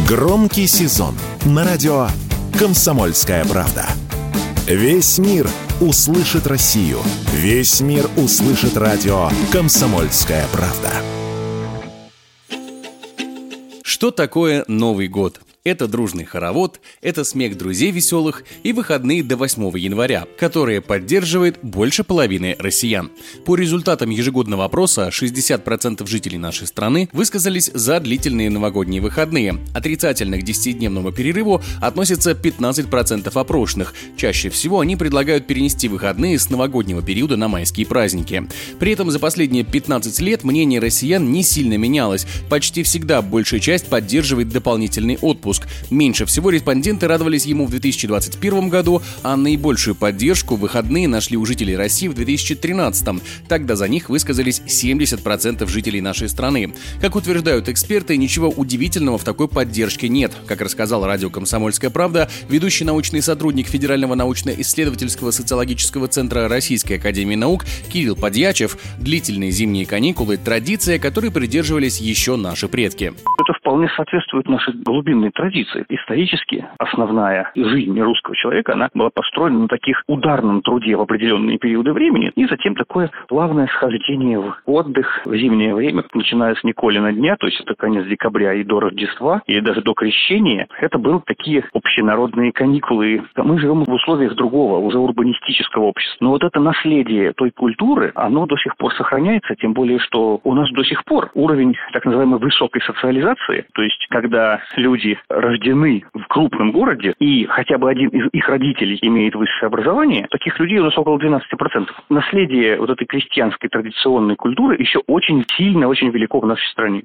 Громкий сезон на радио «Комсомольская правда». Весь мир услышит Россию. Весь мир услышит радио «Комсомольская правда». Что такое Новый год? Это дружный хоровод, это смех друзей веселых и выходные до 8 января, которые поддерживает больше половины россиян. По результатам ежегодного опроса 60% жителей нашей страны высказались за длительные новогодние выходные. Отрицательно к 10-дневному перерыву относятся 15% опрошенных. Чаще всего они предлагают перенести выходные с новогоднего периода на майские праздники. При этом за последние 15 лет мнение россиян не сильно менялось. Почти всегда большая часть поддерживает дополнительный отпуск. Меньше всего респонденты радовались ему в 2021 году, а наибольшую поддержку в выходные нашли у жителей России в 2013. Тогда за них высказались 70% жителей нашей страны. Как утверждают эксперты, ничего удивительного в такой поддержке нет. Как рассказал радио «Комсомольская правда», ведущий научный сотрудник Федерального научно-исследовательского социологического центра Российской академии наук Кирилл Подьячев, длительные зимние каникулы – традиция, которой придерживались еще наши предки. Это вполне соответствует нашей глубинной традиции. Исторически основная жизнь русского человека, она была построена на таких ударном труде в определенные периоды времени, и затем такое плавное схождение в отдых в зимнее время, начиная с Николина дня, то есть это конец декабря и до Рождества, или даже до Крещения. Это были такие общенародные каникулы. Мы живем в условиях другого, уже урбанистического общества. Но вот это наследие той культуры, оно до сих пор сохраняется, тем более, что у нас до сих пор уровень так называемой высокой социализации, то есть когда люди рождены в крупном городе, и хотя бы один из их родителей имеет высшее образование, таких людей у нас около 12%. Наследие вот этой крестьянской традиционной культуры еще очень сильно, очень велико в нашей стране.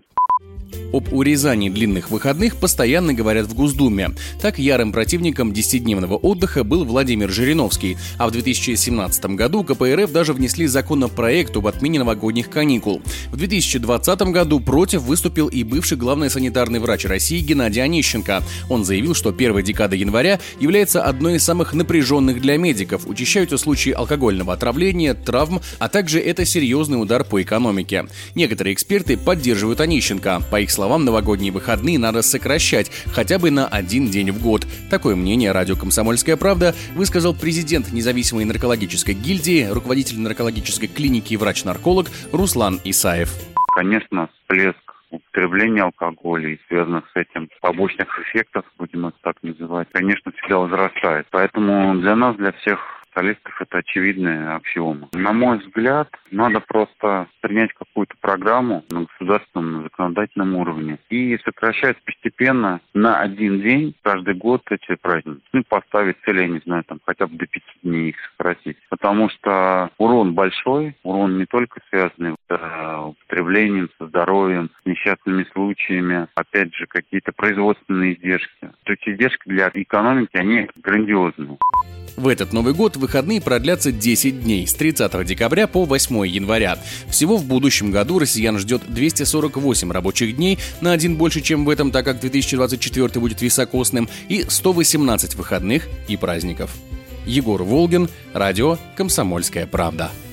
Об урезании длинных выходных постоянно говорят в Госдуме. Так ярым противником 10-дневного отдыха был Владимир Жириновский, а в 2017 году КПРФ даже внесли законопроект об отмене новогодних каникул. В 2020 году против выступил и бывший главный санитарный врач России Геннадий Онищенко. Он заявил, что первая декада января является одной из самых напряженных для медиков. Учащаются случаи алкогольного отравления, травм, а также это серьезный удар по экономике. Некоторые эксперты поддерживают Онищенко. По их словам, новогодние выходные надо сокращать хотя бы на один день в год. Такое мнение радио «Комсомольская правда» высказал президент независимой наркологической гильдии, руководитель наркологической клиники и врач-нарколог Руслан Исаев. Конечно, всплеск употребления алкоголя и связанных с этим побочных эффектов, будем это так называть, конечно, всегда возрастает. Поэтому для нас, для всех специалистов, это очевидная аксиома. На мой взгляд, надо просто принять какую-то программу на государственном, на законодательном уровне и сокращать постепенно на один день каждый год эти праздники. Ну, поставить цель, я не знаю, там хотя бы до 5 дней их сократить. Потому что урон большой, урон не только связанный с употреблением, со здоровьем, с несчастными случаями, опять же, какие-то производственные издержки. То есть издержки для экономики, они грандиозные. В этот Новый год выходные продлятся 10 дней, с 30 декабря по 8 января. Всего в будущем году россиян ждет 248 рабочих дней, на один больше, чем в этом, так как 2024 будет високосным, и 118 выходных и праздников. Егор Волгин, радио «Комсомольская правда».